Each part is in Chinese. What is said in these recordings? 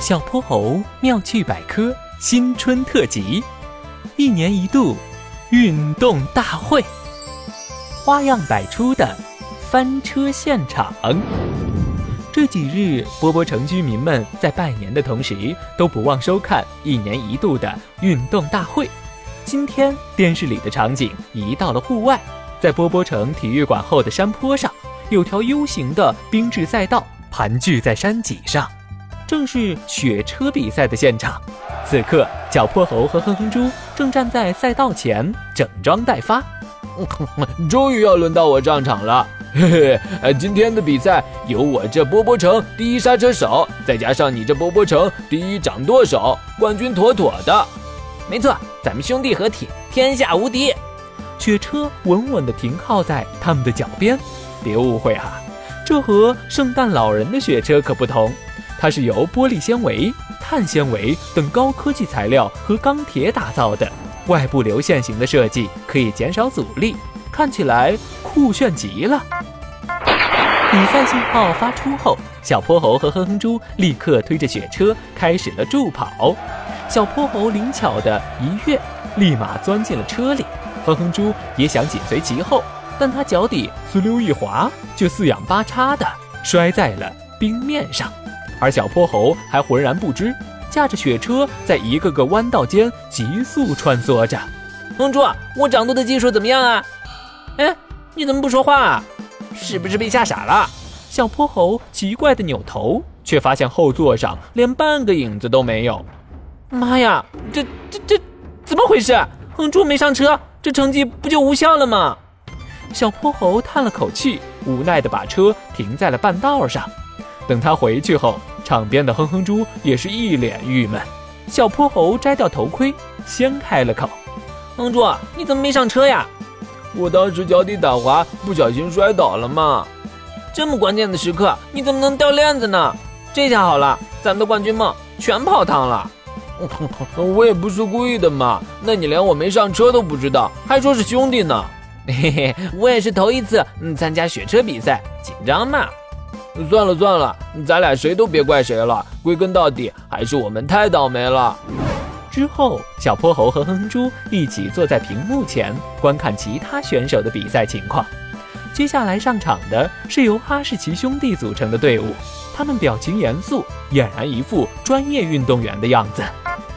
小泼猴妙趣百科新春特辑，一年一度运动大会，花样百出的翻车现场。这几日，波波城居民们在拜年的同时，都不忘收看一年一度的运动大会。今天，电视里的场景移到了户外，在波波城体育馆后的山坡上，有条 U 型的冰质赛道盘踞在山脊上，正是雪车比赛的现场。此刻，小泼猴和哼哼猪正站在赛道前整装待发。 终于要轮到我上场了，嘿嘿，今天的比赛由我这波波城第一刹车手，再加上你这波波城第一掌舵手，冠军妥妥的。 没错，咱们兄弟合体，天下无敌。 雪车稳稳地停靠在他们的脚边。别误会哈，这和圣诞老人的雪车可不同，它是由玻璃纤维、碳纤维等高科技材料和钢铁打造的，外部流线型的设计可以减少阻力，看起来酷炫极了。比赛信号发出后，小泼猴和哼哼猪立刻推着雪车开始了助跑。小泼猴灵巧的一跃，立马钻进了车里，哼哼猪也想紧随其后，但他脚底呲溜一滑，就四仰八叉的摔在了冰面上。而小泼猴还浑然不知，驾着雪车在一个个弯道间急速穿梭着。 哼猪，我掌舵的技术怎么样啊？哎，你怎么不说话啊？是不是被吓傻了？ 小泼猴奇怪的扭头，却发现后座上连半个影子都没有。 妈呀，这怎么回事？哼猪没上车，这成绩不就无效了吗？ 小泼猴叹了口气，无奈地把车停在了半道上。等他回去后，场边的哼哼猪也是一脸郁闷。小泼猴摘掉头盔，先开了口： 哼猪，你怎么没上车呀？ 我当时脚底打滑，不小心摔倒了嘛。 这么关键的时刻，你怎么能掉链子呢？这下好了，咱们的冠军梦全泡汤了。 我也不是故意的嘛，那你连我没上车都不知道，还说是兄弟呢。 嘿嘿，我也是头一次参加雪车比赛，紧张嘛。 算了，咱俩谁都别怪谁了，归根到底还是我们太倒霉了。 之后，小泼猴和哼哼猪一起坐在屏幕前观看其他选手的比赛情况。接下来上场的是由哈士奇兄弟组成的队伍，他们表情严肃，俨然一副专业运动员的样子。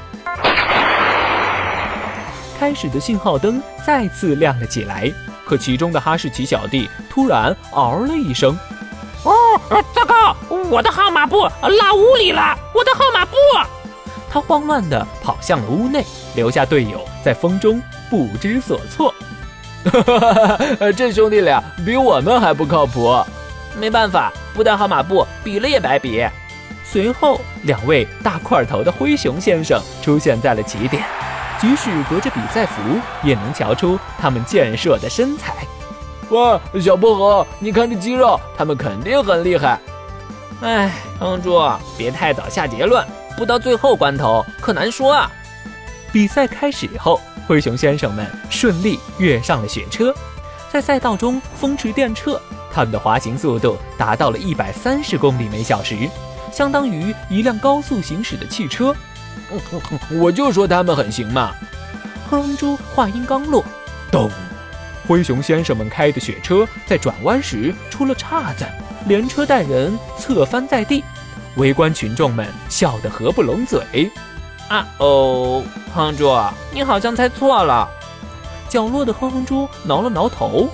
开始的信号灯再次亮了起来，可其中的哈士奇小弟突然嗷了一声： 糟糕，我的号码布落屋里了，我的号码布！ 他慌乱地跑向了屋内，留下队友在风中不知所措。 这兄弟俩比我们还不靠谱。 没办法，不带号码布，比了也白比。 随后，两位大块头的灰熊先生出现在了起点，即使隔着比赛服，也能瞧出他们健硕的身材。 哇，小泼猴，你看这肌肉，他们肯定很厉害。 哎，哼猪，别太早下结论，不到最后关头可难说啊。 比赛开始后，灰熊先生们顺利跃上了雪车，在赛道中风驰电掣，他们的滑行速度达到了130公里每小时，相当于一辆高速行驶的汽车。 我就说他们很行嘛。 哼哼猪话音刚落，咚！灰熊先生们开的雪车在转弯时出了岔子，连车带人侧翻在地，围观群众们笑得合不拢嘴。 哼猪，你好像猜错了。 角落的哼哼猪挠了挠头，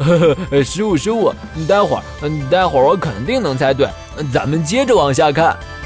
失误，待会儿我肯定能猜对，咱们接着往下看。